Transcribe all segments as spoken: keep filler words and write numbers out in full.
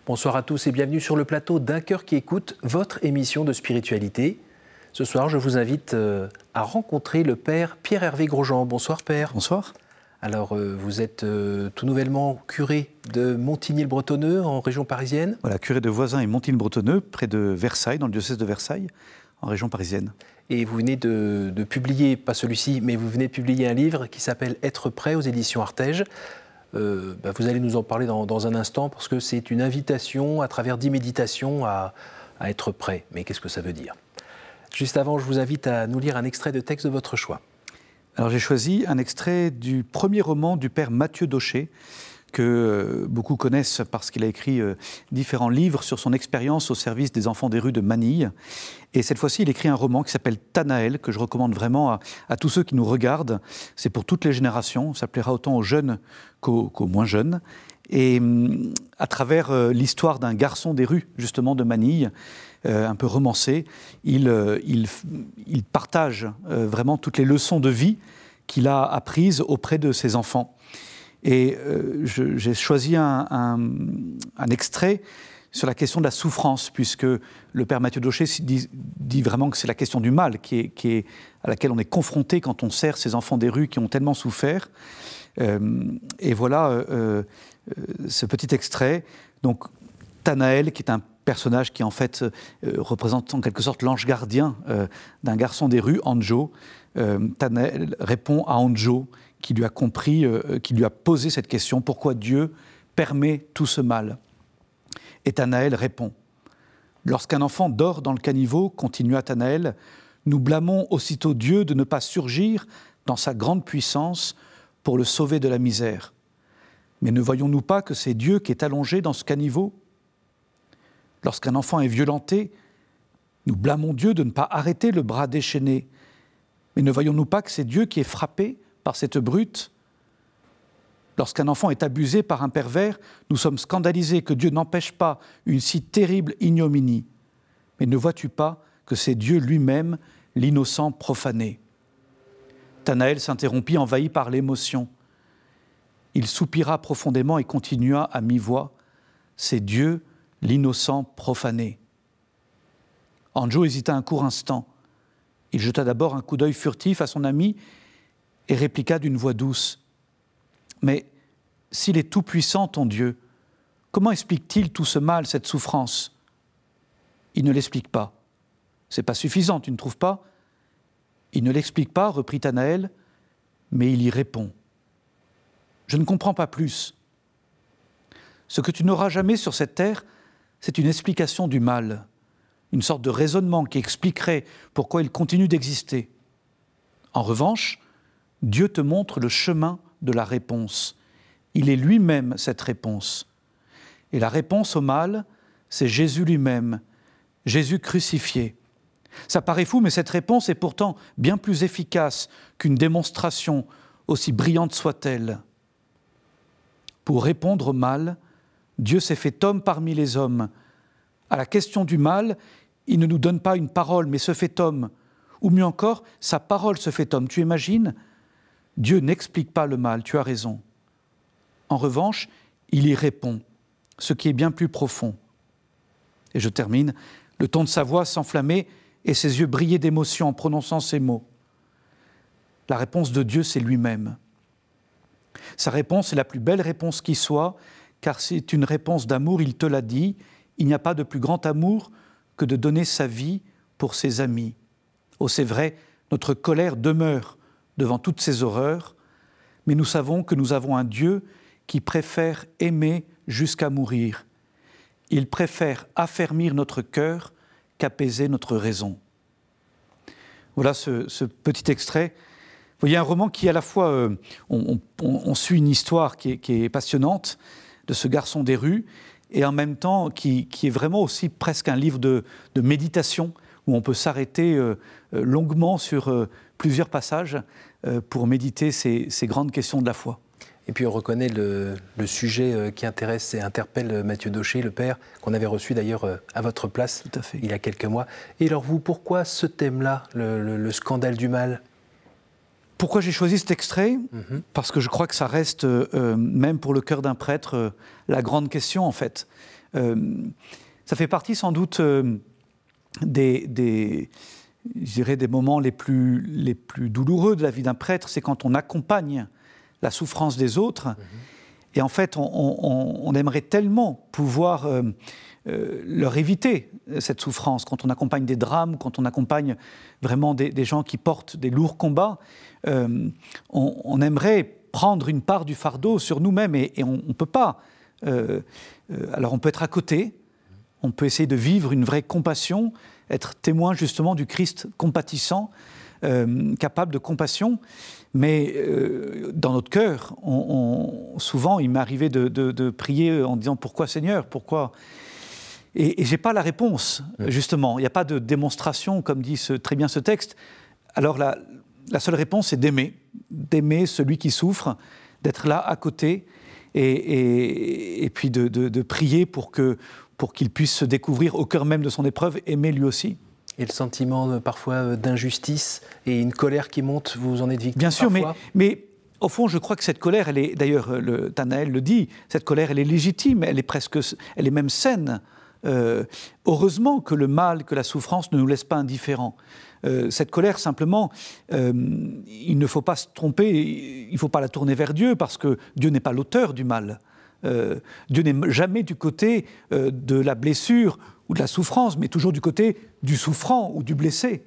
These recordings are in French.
Bonsoir à tous et bienvenue sur le plateau d'Un cœur qui écoute, votre émission de spiritualité. Ce soir, je vous invite à rencontrer le Père Pierre-Hervé Grosjean. Bonsoir Père. Bonsoir. Alors, vous êtes tout nouvellement curé de Montigny-le-Bretonneux, en région parisienne. Voilà, curé de Voisins et Montigny-le-Bretonneux, près de Versailles, dans le diocèse de Versailles, en région parisienne. Et vous venez de, de publier, pas celui-ci, mais vous venez de publier un livre qui s'appelle « Être prêt » aux éditions Artege. Euh, bah vous allez nous en parler dans, dans un instant, parce que c'est une invitation, à travers dix méditations, à, à être prêt. Mais qu'est-ce que ça veut dire ? Juste avant, je vous invite à nous lire un extrait de texte de votre choix. Alors j'ai choisi un extrait du premier roman du père Mathieu Daucher, que beaucoup connaissent parce qu'il a écrit différents livres sur son expérience au service des enfants des rues de Manille. Et cette fois-ci, il écrit un roman qui s'appelle Thanaël, que je recommande vraiment à, à tous ceux qui nous regardent. C'est pour toutes les générations, ça plaira autant aux jeunes qu'aux, qu'aux moins jeunes. Et à travers euh, l'histoire d'un garçon des rues, justement, de Manille, euh, un peu romancé, il, euh, il, il partage euh, vraiment toutes les leçons de vie qu'il a apprises auprès de ses enfants. Et euh, je, j'ai choisi un, un, un extrait sur la question de la souffrance, puisque le père Mathieu Daucher dit, dit vraiment que c'est la question du mal qui est, qui est, à laquelle on est confronté quand on sert ces enfants des rues qui ont tellement souffert. Euh, et voilà euh, euh, ce petit extrait. Donc, Thanaël, qui est un personnage qui en fait euh, représente en quelque sorte l'ange gardien euh, d'un garçon des rues, Anjo. Euh, Thanaël répond à Anjo, qui lui a compris, euh, qui lui a posé cette question, pourquoi Dieu permet tout ce mal ? Et Thanaël répond, lorsqu'un enfant dort dans le caniveau, continua Thanaël, nous blâmons aussitôt Dieu de ne pas surgir dans sa grande puissance pour le sauver de la misère. Mais ne voyons-nous pas que c'est Dieu qui est allongé dans ce caniveau ? Lorsqu'un enfant est violenté, nous blâmons Dieu de ne pas arrêter le bras déchaîné. Mais ne voyons-nous pas que c'est Dieu qui est frappé par cette brute ? Lorsqu'un enfant est abusé par un pervers, nous sommes scandalisés que Dieu n'empêche pas une si terrible ignominie. Mais ne vois-tu pas que c'est Dieu lui-même, l'innocent profané ? Thanaël s'interrompit, envahi par l'émotion. Il soupira profondément et continua à mi-voix. C'est Dieu, l'innocent profané. Anjo hésita un court instant. Il jeta d'abord un coup d'œil furtif à son ami et répliqua d'une voix douce. Mais s'il est tout-puissant, ton Dieu, comment explique-t-il tout ce mal, cette souffrance ? Il ne l'explique pas. C'est pas suffisant, tu ne trouves pas ? Il ne l'explique pas, reprit Thanaël, mais il y répond. Je ne comprends pas plus. Ce que tu n'auras jamais sur cette terre, c'est une explication du mal, une sorte de raisonnement qui expliquerait pourquoi il continue d'exister. En revanche, Dieu te montre le chemin de la réponse. Il est lui-même cette réponse. Et la réponse au mal, c'est Jésus lui-même, Jésus crucifié. Ça paraît fou, mais cette réponse est pourtant bien plus efficace qu'une démonstration, aussi brillante soit-elle. Pour répondre au mal, Dieu s'est fait homme parmi les hommes. À la question du mal, il ne nous donne pas une parole, mais se fait homme. Ou mieux encore, sa parole se fait homme. Tu imagines ? Dieu n'explique pas le mal, tu as raison. En revanche, il y répond, ce qui est bien plus profond. Et je termine, le ton de sa voix s'enflammait et ses yeux brillaient d'émotion en prononçant ces mots. La réponse de Dieu, c'est lui-même. Sa réponse est la plus belle réponse qui soit, car c'est une réponse d'amour, il te l'a dit, il n'y a pas de plus grand amour que de donner sa vie pour ses amis. Oh, c'est vrai, notre colère demeure devant toutes ces horreurs, mais nous savons que nous avons un Dieu qui préfère aimer jusqu'à mourir. Il préfère affermir notre cœur qu'apaiser notre raison. Voilà ce, ce petit extrait. Vous voyez, un roman qui, à la fois, euh, on, on, on suit une histoire qui est, qui est passionnante de ce garçon des rues, et en même temps qui, qui est vraiment aussi presque un livre de, de méditation, où on peut s'arrêter euh, longuement sur euh, plusieurs passages euh, pour méditer ces, ces grandes questions de la foi. Et puis on reconnaît le, le sujet qui intéresse et interpelle Mathieu Daucher, le père, qu'on avait reçu d'ailleurs à votre place Tout à fait. Il y a quelques mois. Et alors vous, pourquoi ce thème-là, le, le, le scandale du mal ? Pourquoi j'ai choisi cet extrait ? mm-hmm. Parce que je crois que ça reste, euh, même pour le cœur d'un prêtre, euh, la grande question en fait. Euh, ça fait partie sans doute euh, des, des, je dirais des moments les plus, les plus douloureux de la vie d'un prêtre, c'est quand on accompagne la souffrance des autres. Mmh. Et en fait, on, on, on aimerait tellement pouvoir euh, euh, leur éviter cette souffrance. Quand on accompagne des drames, quand on accompagne vraiment des, des gens qui portent des lourds combats, euh, on, on aimerait prendre une part du fardeau sur nous-mêmes et, et on ne peut pas. Euh, euh, alors on peut être à côté, on peut essayer de vivre une vraie compassion, être témoin justement du Christ compatissant, euh, capable de compassion. Mais euh, dans notre cœur, on, on, souvent, il m'est arrivé de, de, de prier en disant « Pourquoi Seigneur ? Pourquoi ?» Et, et je n'ai pas la réponse, justement. Il n'y a pas de démonstration, comme dit ce, très bien ce texte. Alors la, la seule réponse, c'est d'aimer, d'aimer celui qui souffre, d'être là à côté, et, et, et puis de, de, de prier pour, que, pour qu'il puisse se découvrir au cœur même de son épreuve, aimer lui aussi. Et le sentiment parfois d'injustice et une colère qui monte, vous en êtes victime? Bien sûr, parfois. mais, mais au fond, je crois que cette colère, elle est, d'ailleurs, le, Nathanaël le dit, cette colère, elle est légitime, elle est presque, elle est même saine. Euh, heureusement que le mal, que la souffrance ne nous laisse pas indifférents. Euh, cette colère, simplement, euh, il ne faut pas se tromper, il ne faut pas la tourner vers Dieu, parce que Dieu n'est pas l'auteur du mal. Euh, Dieu n'est jamais du côté euh, de la blessure ou de la souffrance, mais toujours du côté du souffrant ou du blessé.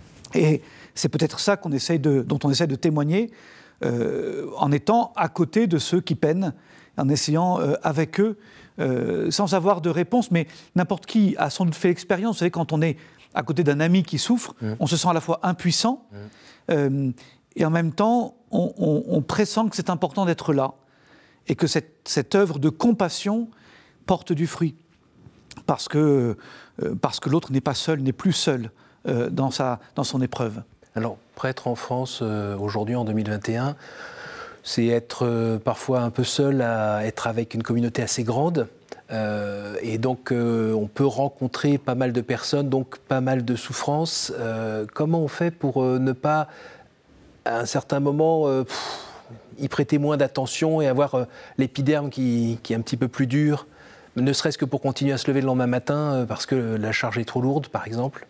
Et c'est peut-être ça qu'on essaye de, dont on essaie de témoigner euh, en étant à côté de ceux qui peinent, en essayant euh, avec eux, euh, sans avoir de réponse, mais n'importe qui a sans doute fait l'expérience. Vous savez, quand on est à côté d'un ami qui souffre, mmh. on se sent à la fois impuissant mmh. euh, et en même temps, on, on, on pressent que c'est important d'être là et que cette, cette œuvre de compassion porte du fruit. Parce que, euh, parce que l'autre n'est pas seul, n'est plus seul euh, dans, sa, dans son épreuve. Alors, prêtre en France, euh, aujourd'hui, en deux mille vingt et un, c'est être euh, parfois un peu seul à être avec une communauté assez grande. Euh, et donc, euh, on peut rencontrer pas mal de personnes, donc pas mal de souffrances. Euh, comment on fait pour euh, ne pas, à un certain moment, euh, pff, y prêter moins d'attention et avoir euh, l'épiderme qui, qui est un petit peu plus dur, ne serait-ce que pour continuer à se lever le lendemain matin euh, parce que la charge est trop lourde, par exemple?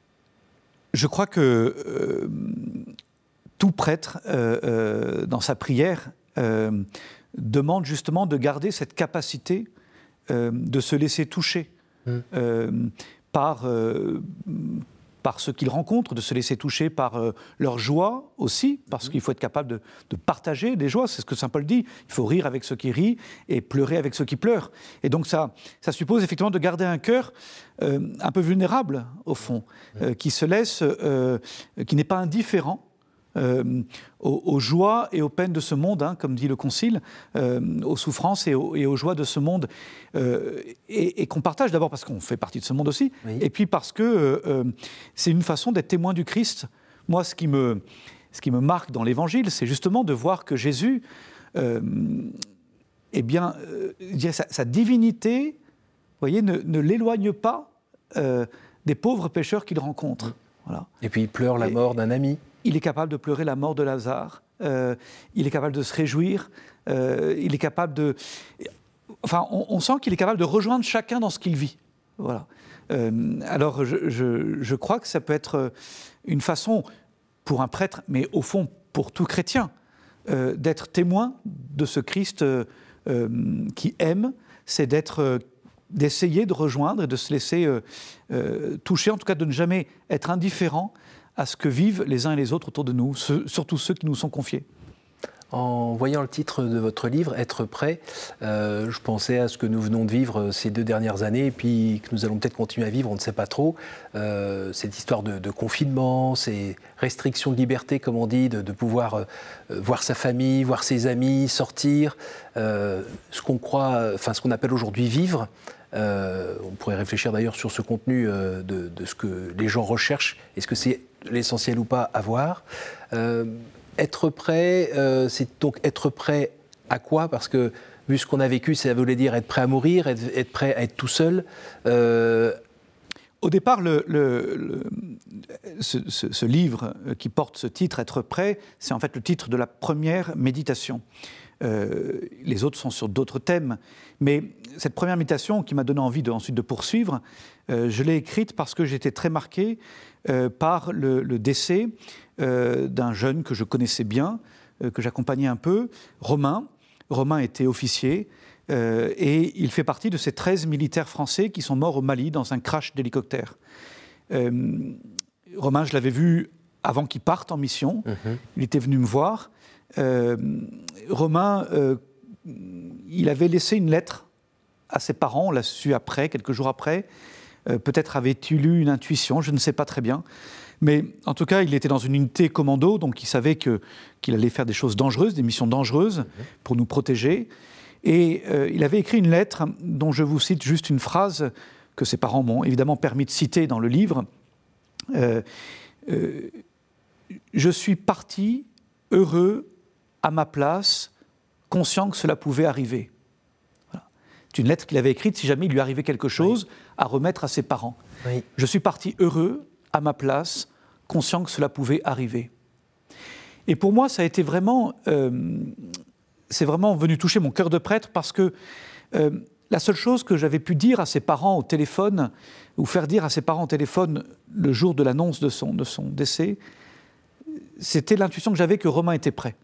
Je crois que euh, tout prêtre, euh, euh, dans sa prière, euh, demande justement de garder cette capacité euh, de se laisser toucher mmh. euh, par, euh, par ce qu'ils rencontrent, de se laisser toucher par euh, leur joie aussi, parce mmh. qu'il faut être capable de, de partager des joies, c'est ce que saint Paul dit, il faut rire avec ceux qui rient et pleurer avec ceux qui pleurent. Et donc ça, ça suppose effectivement de garder un cœur euh, un peu vulnérable, au fond, mmh. euh, qui se laisse, euh, qui n'est pas indifférent Euh, aux, aux joies et aux peines de ce monde, hein, comme dit le Concile, euh, aux souffrances et aux, et aux joies de ce monde, euh, et, et qu'on partage d'abord parce qu'on fait partie de ce monde aussi, oui. et puis parce que euh, c'est une façon d'être témoin du Christ. Moi, ce qui me, ce qui me marque dans l'Évangile, c'est justement de voir que Jésus, euh, eh bien, euh, sa, sa divinité, vous voyez, ne, ne l'éloigne pas euh, des pauvres pécheurs qu'il rencontre. Oui. Voilà. Et puis il pleure la et, mort d'un ami. Il est capable de pleurer la mort de Lazare, euh, il est capable de se réjouir, euh, il est capable de... Enfin, on, on sent qu'il est capable de rejoindre chacun dans ce qu'il vit. Voilà. Euh, alors, je, je, je crois que ça peut être une façon, pour un prêtre, mais au fond, pour tout chrétien, euh, d'être témoin de ce Christ euh, euh, qui aime, c'est d'être... Euh, d'essayer de rejoindre et de se laisser euh, euh, toucher, en tout cas de ne jamais être indifférent à ce que vivent les uns et les autres autour de nous, ce, surtout ceux qui nous sont confiés. En voyant le titre de votre livre, « Être prêt », euh, je pensais à ce que nous venons de vivre ces deux dernières années et puis que nous allons peut-être continuer à vivre, on ne sait pas trop. Euh, cette histoire de, de confinement, ces restrictions de liberté, comme on dit, de, de pouvoir euh, voir sa famille, voir ses amis, sortir, euh, ce qu'on croit, enfin ce qu'on appelle aujourd'hui vivre. Euh, on pourrait réfléchir d'ailleurs sur ce contenu euh, de, de ce que les gens recherchent. Est-ce que c'est l'essentiel ou pas à voir? euh, Être prêt, euh, c'est donc être prêt à quoi? Parce que, vu ce qu'on a vécu, ça voulait dire être prêt à mourir, être, être prêt à être tout seul. Euh... Au départ, le, le, le, ce, ce, ce livre qui porte ce titre, « Être prêt », c'est en fait le titre de la première méditation. Euh, les autres sont sur d'autres thèmes. Mais cette première méditation qui m'a donné envie de, ensuite de poursuivre, euh, je l'ai écrite parce que j'étais très marqué euh, par le, le décès euh, d'un jeune que je connaissais bien, euh, que j'accompagnais un peu, Romain. Romain était officier euh, et il fait partie de ces treize militaires français qui sont morts au Mali dans un crash d'hélicoptère. Euh, Romain, je l'avais vu avant qu'il parte en mission. Mmh. Il était venu me voir. Euh, Romain, euh, il avait laissé une lettre à ses parents, on l'a su après, quelques jours après. Euh, peut-être avait-il eu une intuition, je ne sais pas très bien. Mais en tout cas, il était dans une unité commando, donc il savait que, qu'il allait faire des choses dangereuses, des missions dangereuses mmh. pour nous protéger. Et euh, il avait écrit une lettre dont je vous cite juste une phrase que ses parents m'ont évidemment permis de citer dans le livre. Euh, euh, « Je suis parti heureux à ma place, conscient que cela pouvait arriver. » Voilà. C'est une lettre qu'il avait écrite si jamais il lui arrivait quelque chose, oui. à remettre à ses parents. Oui. « Je suis parti heureux à ma place, conscient que cela pouvait arriver. » Et pour moi, ça a été vraiment, euh, c'est vraiment venu toucher mon cœur de prêtre parce que euh, la seule chose que j'avais pu dire à ses parents au téléphone, ou faire dire à ses parents au téléphone le jour de l'annonce de son, de son décès, c'était l'intuition que j'avais que Romain était prêt.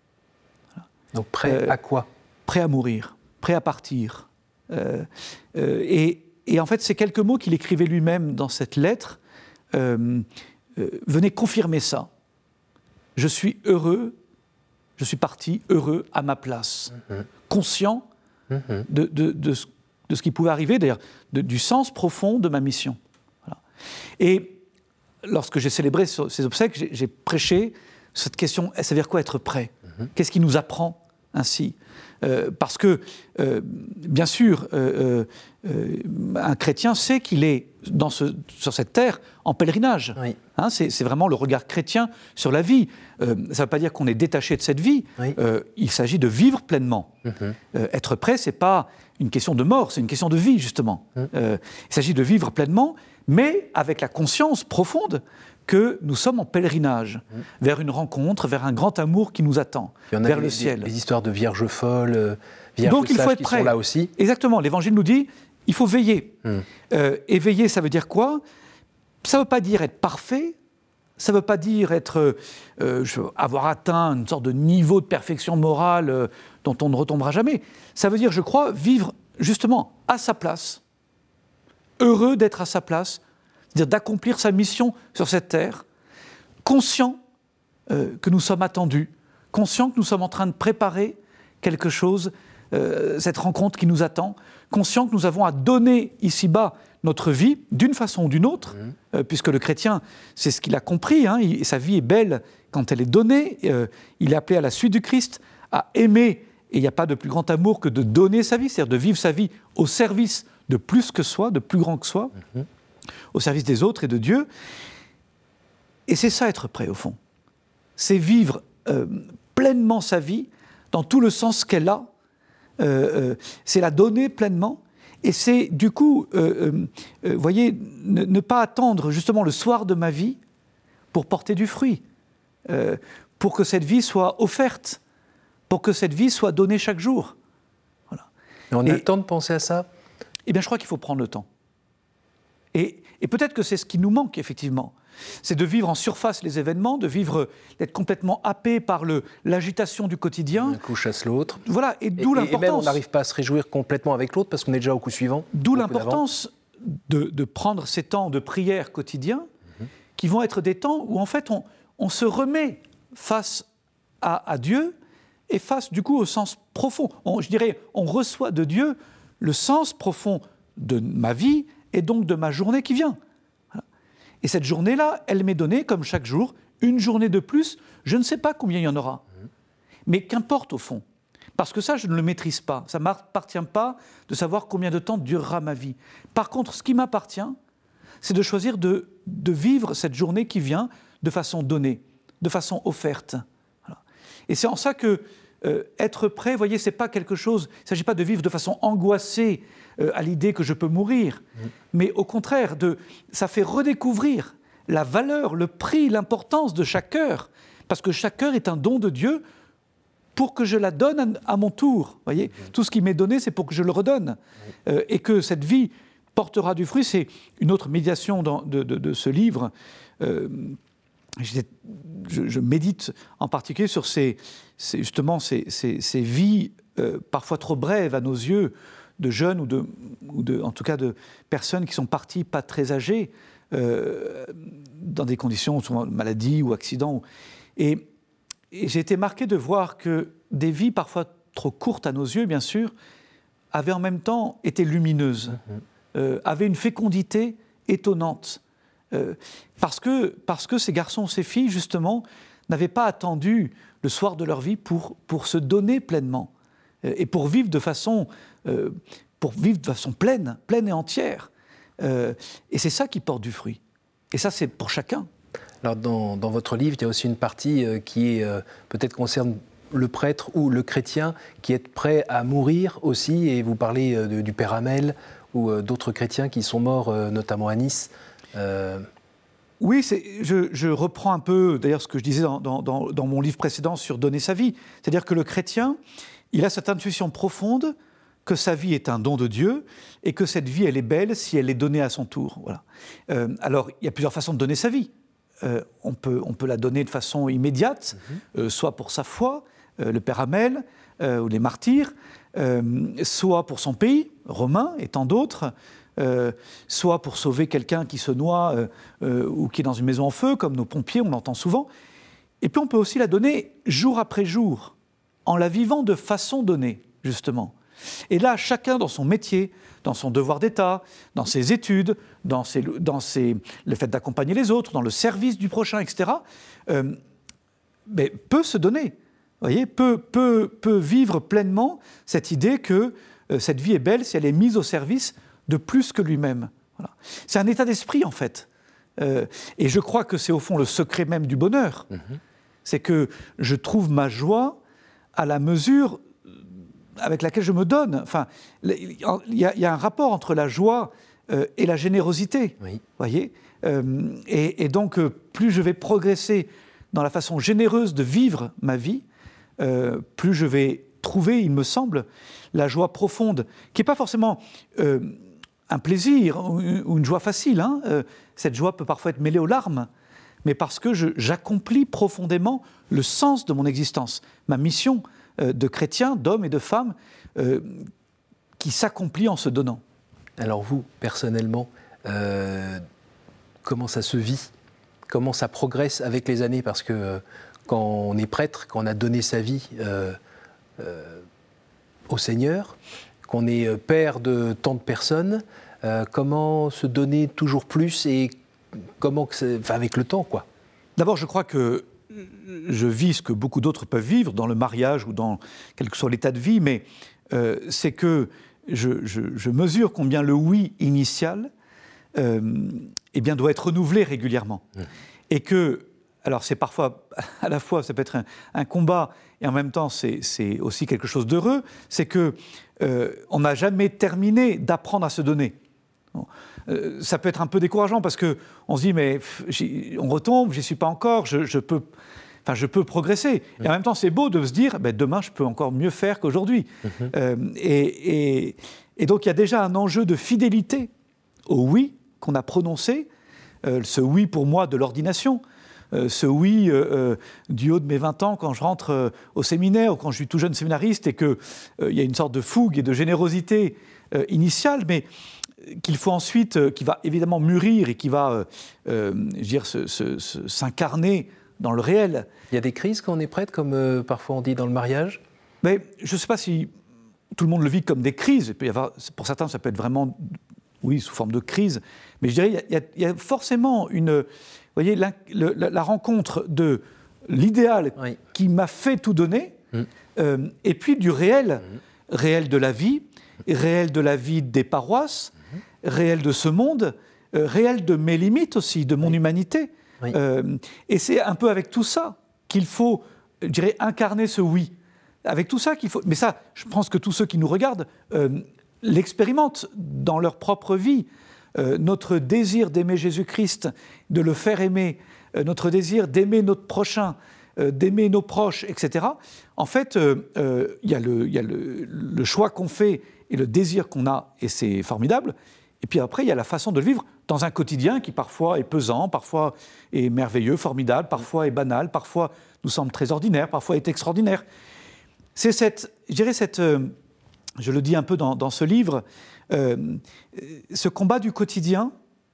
Donc prêt euh, à quoi ? Prêt à mourir, prêt à partir. Euh, euh, et, et en fait, ces quelques mots qu'il écrivait lui-même dans cette lettre euh, euh, venaient confirmer ça. Je suis heureux, je suis parti heureux à ma place, mmh. conscient mmh. de, de, de, ce, de ce qui pouvait arriver, d'ailleurs, de, du sens profond de ma mission. Voilà. Et lorsque j'ai célébré ces obsèques, j'ai, j'ai prêché cette question, ça veut dire quoi être prêt ? Mmh. Qu'est-ce qui nous apprend ainsi ? euh, Parce que, euh, bien sûr, euh, euh, un chrétien sait qu'il est dans ce, sur cette terre en pèlerinage. Oui. Hein, c'est, c'est vraiment le regard chrétien sur la vie. Euh, ça ne veut pas dire qu'on est détaché de cette vie. Oui. Euh, il s'agit de vivre pleinement. Mmh. Euh, être prêt, ce n'est pas une question de mort, c'est une question de vie, justement. Mmh. Euh, il s'agit de vivre pleinement, mais avec la conscience profonde que nous sommes en pèlerinage, mmh. vers une rencontre, vers un grand amour qui nous attend, vers le des, ciel. Les histoires de vierges folles, vierges Donc, il faut être qui prêt. Sont là aussi. Exactement, l'Évangile nous dit, il faut veiller. Mmh. Euh, et veiller, ça veut dire quoi ? Ça ne veut pas dire être parfait, ça ne veut pas dire être, euh, avoir atteint une sorte de niveau de perfection morale euh, dont on ne retombera jamais. Ça veut dire, je crois, vivre justement à sa place, heureux d'être à sa place, c'est-à-dire d'accomplir sa mission sur cette terre, conscient euh, que nous sommes attendus, conscient que nous sommes en train de préparer quelque chose, euh, cette rencontre qui nous attend, conscient que nous avons à donner ici-bas notre vie d'une façon ou d'une autre, mmh. euh, puisque le chrétien, c'est ce qu'il a compris, hein, il, sa vie est belle quand elle est donnée, euh, il est appelé à la suite du Christ, à aimer, et il n'y a pas de plus grand amour que de donner sa vie, c'est-à-dire de vivre sa vie au service de plus que soi, de plus grand que soi, mmh. au service des autres et de Dieu. Et c'est ça être prêt, au fond. C'est vivre euh, pleinement sa vie, dans tout le sens qu'elle a, euh, euh, c'est la donner pleinement, et c'est du coup, vous euh, euh, voyez, ne, ne pas attendre justement le soir de ma vie pour porter du fruit, euh, pour que cette vie soit offerte, pour que cette vie soit donnée chaque jour. Voilà. Et on a et, le temps de penser à ça ? Eh bien, je crois qu'il faut prendre le temps. Et, et peut-être que c'est ce qui nous manque, effectivement. C'est de vivre en surface les événements, de vivre, d'être complètement happé par le, l'agitation du quotidien. Un coup chasse l'autre. Voilà, et d'où et, l'importance. Et même on n'arrive pas à se réjouir complètement avec l'autre parce qu'on est déjà au coup suivant. D'où l'importance de, de prendre ces temps de prière quotidiens mm-hmm. qui vont être des temps où en fait on, on se remet face à, à Dieu et face du coup au sens profond. On, je dirais, on reçoit de Dieu le sens profond de ma vie et donc de ma journée qui vient. Et cette journée-là, elle m'est donnée, comme chaque jour, une journée de plus. Je ne sais pas combien il y en aura. Mmh. Mais qu'importe au fond. Parce que ça, je ne le maîtrise pas. Ça ne m'appartient pas de savoir combien de temps durera ma vie. Par contre, ce qui m'appartient, c'est de choisir de, de vivre cette journée qui vient de façon donnée, de façon offerte. Voilà. Et c'est en ça que euh, être prêt, vous voyez, ce n'est pas quelque chose... Il ne s'agit pas de vivre de façon angoissée, Euh, à l'idée que je peux mourir, mmh. mais au contraire, de, ça fait redécouvrir la valeur, le prix, l'importance de chaque heure, parce que chaque heure est un don de Dieu pour que je la donne à, à mon tour. Voyez, mmh. Tout ce qui m'est donné, c'est pour que je le redonne. Mmh. Euh, et que cette vie portera du fruit. C'est une autre médiation dans, de, de, de ce livre. Euh, je, je médite en particulier sur ces, ces, justement ces, ces, ces vies euh, parfois trop brèves à nos yeux, de jeunes ou, de, ou de, en tout cas de personnes qui sont parties pas très âgées, euh, dans des conditions souvent de maladie ou accident. Et, et j'ai été marqué de voir que des vies parfois trop courtes à nos yeux, bien sûr, avaient en même temps été lumineuses, mmh. euh, avaient une fécondité étonnante. Euh, parce que, parce que ces garçons, ces filles, justement, n'avaient pas attendu le soir de leur vie pour, pour se donner pleinement euh, et pour vivre de façon, euh, pour vivre de façon pleine, pleine et entière. Euh, et c'est ça qui porte du fruit. Et ça, c'est pour chacun. Alors, dans, dans votre livre, il y a aussi une partie euh, qui est, euh, peut-être concerne le prêtre ou le chrétien qui est prêt à mourir aussi. Et vous parlez euh, de, du père Hamel ou euh, d'autres chrétiens qui sont morts, euh, notamment à Nice. Euh... Oui, c'est, je, je reprends un peu, d'ailleurs, ce que je disais dans, dans, dans mon livre précédent sur donner sa vie. C'est-à-dire que le chrétien, il a cette intuition profonde que sa vie est un don de Dieu et que cette vie, elle est belle si elle est donnée à son tour. Voilà. Euh, alors, il y a plusieurs façons de donner sa vie. Euh, on peut, on peut la donner de façon immédiate, mm-hmm. euh, soit pour sa foi, euh, le père Hamel, euh, ou les martyrs, euh, soit pour son pays, Romain et tant d'autres, euh, soit pour sauver quelqu'un qui se noie euh, euh, ou qui est dans une maison en feu, comme nos pompiers, on l'entend souvent. Et puis on peut aussi la donner jour après jour, en la vivant de façon donnée, justement. Et là, chacun dans son métier, dans son devoir d'État, dans ses études, dans, ses, dans ses, le fait d'accompagner les autres, dans le service du prochain, et cetera, euh, mais peut se donner, voyez, peut, peut, peut vivre pleinement cette idée que euh, cette vie est belle si elle est mise au service de plus que lui-même. Voilà. C'est un état d'esprit, en fait. Euh, et je crois que c'est au fond le secret même du bonheur. Mmh. C'est que je trouve ma joie à la mesure avec laquelle je me donne. Enfin, il y a, il y a un rapport entre la joie euh, et la générosité, oui. Voyez, euh, et, et donc, euh, plus je vais progresser dans la façon généreuse de vivre ma vie, euh, plus je vais trouver, il me semble, la joie profonde, qui n'est pas forcément euh, un plaisir ou une joie facile. Hein. Euh, cette joie peut parfois être mêlée aux larmes, mais parce que je, j'accomplis profondément le sens de mon existence, ma mission de chrétiens, d'hommes et de femmes, euh, qui s'accomplit en se donnant. Alors vous, personnellement, euh, comment ça se vit ? Comment ça progresse avec les années ? Parce que euh, quand on est prêtre, quand on a donné sa vie euh, euh, au Seigneur, qu'on est père de tant de personnes, euh, comment se donner toujours plus et comment, que c'est, enfin, avec le temps, quoi ? D'abord, je crois que je vis ce que beaucoup d'autres peuvent vivre dans le mariage ou dans quel que soit l'état de vie, mais euh, c'est que je, je, je mesure combien le oui initial euh, eh bien, doit être renouvelé régulièrement. Mmh. Et que, alors c'est parfois, à la fois, ça peut être un, un combat, et en même temps, c'est, c'est aussi quelque chose d'heureux, c'est qu'on euh, n'a jamais terminé d'apprendre à se donner. Bon. Euh, ça peut être un peu décourageant parce qu'on se dit, mais pff, on retombe, j'y suis pas encore, je, je, peux, enfin, je peux progresser. Mmh. Et en même temps, c'est beau de se dire, ben, demain, je peux encore mieux faire qu'aujourd'hui. Mmh. Euh, et, et, et donc, il y a déjà un enjeu de fidélité au oui qu'on a prononcé, euh, ce oui pour moi de l'ordination, euh, ce oui euh, euh, du haut de mes vingt ans quand je rentre euh, au séminaire ou quand je suis tout jeune séminariste et qu'il euh, y a une sorte de fougue et de générosité euh, initiale, mais qu'il faut ensuite, euh, qui va évidemment mûrir et qui va, euh, euh, je veux dire, se, se, se, s'incarner dans le réel. Il y a des crises quand on est prêtre, comme euh, parfois on dit dans le mariage ? Mais je ne sais pas si tout le monde le vit comme des crises. Il peut y avoir, pour certains, ça peut être vraiment, oui, sous forme de crise. Mais je dirais, il y a, il y a forcément une, vous voyez, la, la, la rencontre de l'idéal oui. qui m'a fait tout donner, mmh. euh, et puis du réel, mmh. réel de la vie, réel de la vie des paroisses, réel de ce monde, euh, réel de mes limites aussi, de mon oui. humanité. Oui. Euh, et c'est un peu avec tout ça qu'il faut, je dirais, incarner ce oui. Avec tout ça qu'il faut... Mais ça, je pense que tous ceux qui nous regardent euh, l'expérimentent dans leur propre vie. Euh, notre désir d'aimer Jésus-Christ, de le faire aimer, euh, notre désir d'aimer notre prochain, euh, d'aimer nos proches, et cetera. En fait, il euh, euh, y a, le, y a le, le choix qu'on fait et le désir qu'on a, et c'est formidable. Et puis après, il y a la façon de le vivre dans un quotidien qui parfois est pesant, parfois est merveilleux, formidable, parfois est banal, parfois nous semble très ordinaire, parfois est extraordinaire. C'est cette, je dirais cette, euh, je le dis un peu dans, dans ce livre, euh, ce combat du quotidien,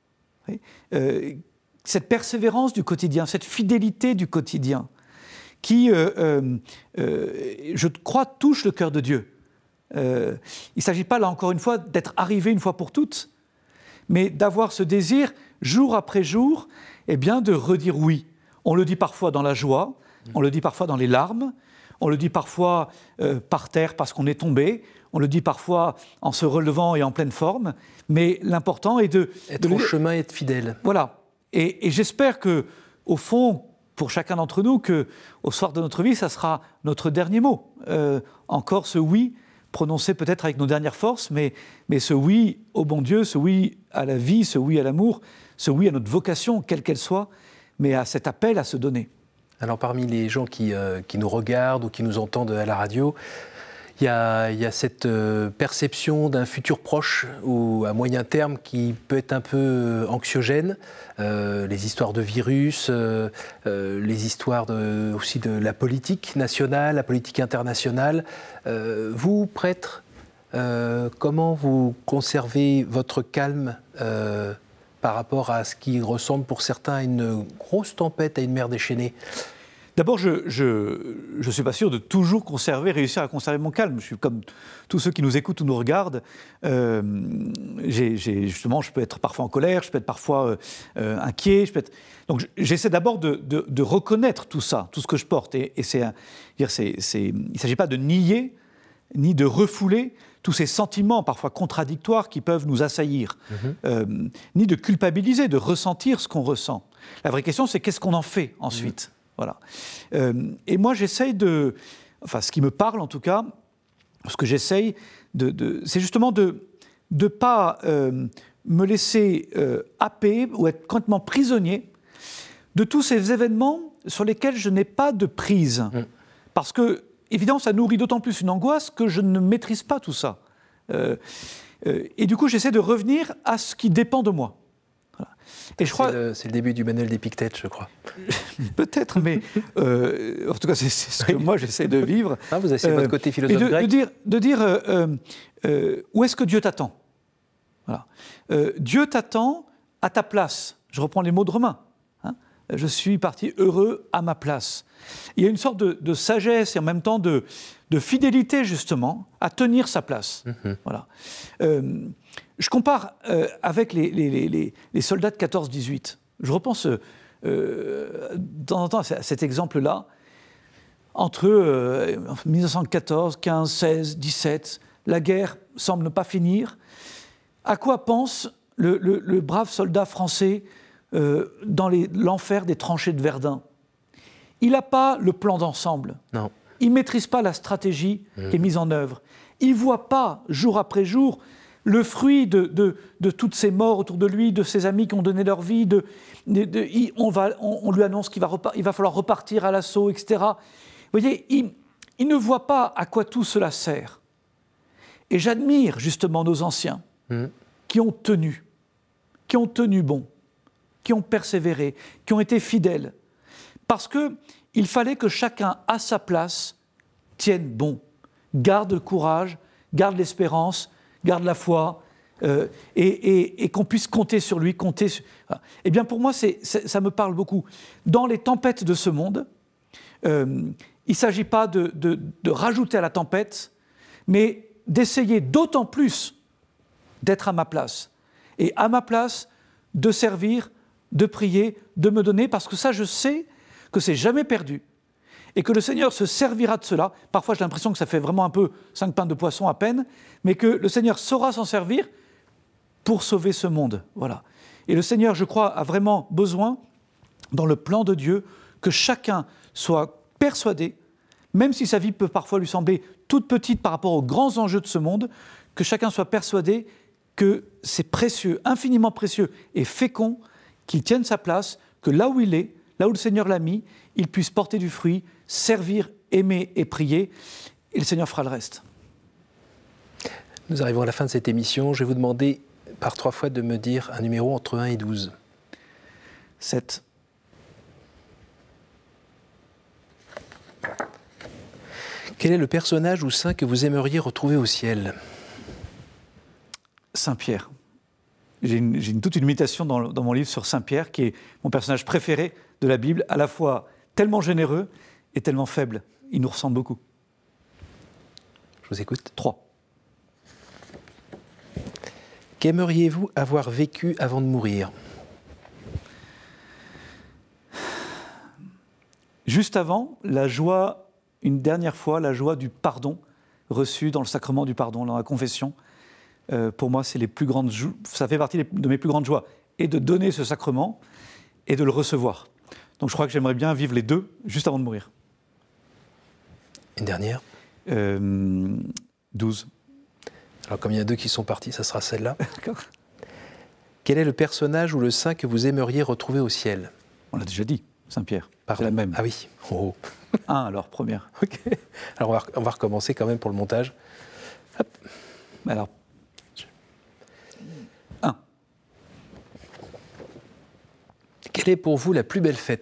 euh, cette persévérance du quotidien, cette fidélité du quotidien, qui, euh, euh, euh, je crois, touche le cœur de Dieu. Euh, il ne s'agit pas, là encore une fois, d'être arrivé une fois pour toutes, mais d'avoir ce désir, jour après jour, eh bien, de redire oui. On le dit parfois dans la joie, on le dit parfois dans les larmes, on le dit parfois euh, par terre parce qu'on est tombé, on le dit parfois en se relevant et en pleine forme, mais l'important est de... Être de... au chemin et être fidèle. Voilà. Et, et j'espère qu'au fond, pour chacun d'entre nous, qu'au soir de notre vie, ça sera notre dernier mot. Euh, encore ce oui, prononcé peut-être avec nos dernières forces, mais, mais ce oui au bon Dieu, ce oui à la vie, ce oui à l'amour, ce oui à notre vocation, quelle qu'elle soit, mais à cet appel à se donner. Alors parmi les gens qui, euh, qui nous regardent ou qui nous entendent à la radio, il y a, il y a cette euh, perception d'un futur proche ou à moyen terme qui peut être un peu anxiogène. Euh, les histoires de virus, euh, euh, les histoires de, aussi de la politique nationale, la politique internationale. Euh, vous, prêtre, euh, comment vous conservez votre calme euh, par rapport à ce qui ressemble pour certains à une grosse tempête, à une mer déchaînée ? D'abord, je ne je, je suis pas sûr de toujours conserver, réussir à conserver mon calme. Je suis comme tous ceux qui nous écoutent ou nous regardent. Euh, j'ai, j'ai, justement, je peux être parfois en colère, je peux être parfois euh, inquiet. Je peux être... Donc, j'essaie d'abord de, de, de reconnaître tout ça, tout ce que je porte. Et, et c'est, dire, c'est, c'est, il ne s'agit pas de nier, ni de refouler tous ces sentiments parfois contradictoires qui peuvent nous assaillir, mmh. euh, ni de culpabiliser, de ressentir ce qu'on ressent. La vraie question, c'est qu'est-ce qu'on en fait ensuite ? Mmh. Voilà. Euh, et moi, j'essaye de... Enfin, ce qui me parle, en tout cas, ce que j'essaye, de, de, c'est justement de ne pas euh, me laisser euh, happer ou être complètement prisonnier de tous ces événements sur lesquels je n'ai pas de prise. Mmh. Parce que, évidemment, ça nourrit d'autant plus une angoisse que je ne maîtrise pas tout ça. Euh, euh, et du coup, j'essaie de revenir à ce qui dépend de moi. Voilà. Et je c'est, crois... le, c'est le début du manuel d'Épictète, je crois. Peut-être, mais euh, en tout cas, c'est, c'est ce que moi j'essaie de vivre. Ah, vous avez euh, votre côté philosophe de, grec. De dire, de dire euh, euh, où est-ce que Dieu t'attend ? Voilà. Euh, Dieu t'attend à ta place. Je reprends les mots de Romain. Hein ? Je suis parti heureux à ma place. Il y a une sorte de, de sagesse et en même temps de, de fidélité, justement, à tenir sa place. Mm-hmm. Voilà. Euh, je compare euh, avec les, les, les, les soldats de quatorze dix-huit. Je repense euh, de temps en temps à cet exemple-là. Entre euh, dix-neuf cent quatorze, quinze, seize, dix-sept, la guerre semble ne pas finir. À quoi pense le, le, le brave soldat français euh, dans les, l'enfer des tranchées de Verdun ? Il n'a pas le plan d'ensemble. Non. Il ne maîtrise pas la stratégie mmh. qui est mise en œuvre. Il ne voit pas, jour après jour, le fruit de, de, de toutes ces morts autour de lui, de ses amis qui ont donné leur vie. De, de, de, il, on, va, on, on lui annonce qu'il va, repart, il va falloir repartir à l'assaut, et cetera. Vous voyez, il, il ne voit pas à quoi tout cela sert. Et j'admire justement nos anciens mmh. qui ont tenu, qui ont tenu bon, qui ont persévéré, qui ont été fidèles. Parce qu'il fallait que chacun, à sa place, tienne bon, garde le courage, garde l'espérance, garde la foi, euh, et, et, et qu'on puisse compter sur lui, compter sur... Eh bien, pour moi, c'est, c'est, ça me parle beaucoup. Dans les tempêtes de ce monde, euh, il ne s'agit pas de, de, de rajouter à la tempête, mais d'essayer d'autant plus d'être à ma place. Et à ma place, de servir, de prier, de me donner, parce que ça, je sais que c'est jamais perdu, et que le Seigneur se servira de cela. Parfois, j'ai l'impression que ça fait vraiment un peu cinq pains de poisson à peine, mais que le Seigneur saura s'en servir pour sauver ce monde. Voilà. Et le Seigneur, je crois, a vraiment besoin, dans le plan de Dieu, que chacun soit persuadé, même si sa vie peut parfois lui sembler toute petite par rapport aux grands enjeux de ce monde, que chacun soit persuadé que c'est précieux, infiniment précieux et fécond, qu'il tienne sa place, que là où il est, là où le Seigneur l'a mis, il puisse porter du fruit, servir, aimer et prier, et le Seigneur fera le reste. Nous arrivons à la fin de cette émission. Je vais vous demander par trois fois de me dire un numéro entre un et douze. sept. Quel est le personnage ou saint que vous aimeriez retrouver au ciel ? Saint Pierre. J'ai, une, j'ai une, toute une méditation dans, dans mon livre sur Saint Pierre, qui est mon personnage préféré de la Bible, à la fois tellement généreux et tellement faible. Il nous ressemble beaucoup. Je vous écoute. trois. Qu'aimeriez-vous avoir vécu avant de mourir ? Juste avant, la joie, une dernière fois, la joie du pardon reçu dans le sacrement du pardon, dans la confession. Euh, pour moi, c'est les plus grandes jo- ça fait partie de mes plus grandes joies. Et de donner ce sacrement et de le recevoir. Donc je crois que j'aimerais bien vivre les deux juste avant de mourir. Une dernière ? euh, douze. Alors comme il y a deux qui sont partis, ça sera celle-là. D'accord. Quel est le personnage ou le saint que vous aimeriez retrouver au ciel ? On l'a déjà dit, Saint-Pierre. Pardon. C'est la même. Ah oui. Oh. Un alors, première. Ok. Alors on va, on va recommencer quand même pour le montage. Hop. Alors, un. Quelle est pour vous la plus belle fête ?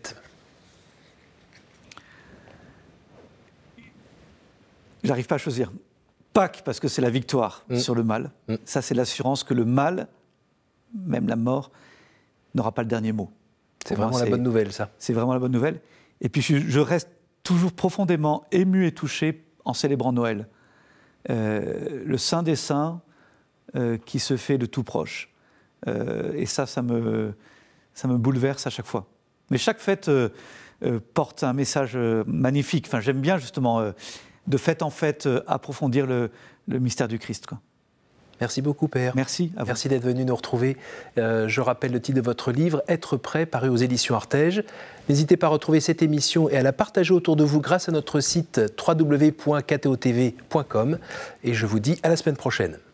J'arrive pas à choisir. Pâques, parce que c'est la victoire mmh. sur le mal. Mmh. Ça, c'est l'assurance que le mal, même la mort, n'aura pas le dernier mot. C'est vraiment moi, la c'est, bonne nouvelle, ça. C'est vraiment la bonne nouvelle. Et puis, je, je reste toujours profondément ému et touché en célébrant Noël. Euh, le Saint des Saints euh, qui se fait de tout proche. Euh, et ça, ça me, ça me bouleverse à chaque fois. Mais chaque fête euh, euh, porte un message euh, magnifique. Enfin, j'aime bien, justement... Euh, de fête en fête, euh, approfondir le, le mystère du Christ. Quoi. Merci beaucoup, Père. Merci à vous. Merci d'être venu nous retrouver. Euh, je rappelle le titre de votre livre, « Être prêt », paru aux éditions Artege. N'hésitez pas à retrouver cette émission et à la partager autour de vous grâce à notre site w w w point k t o t v point com. Et je vous dis à la semaine prochaine.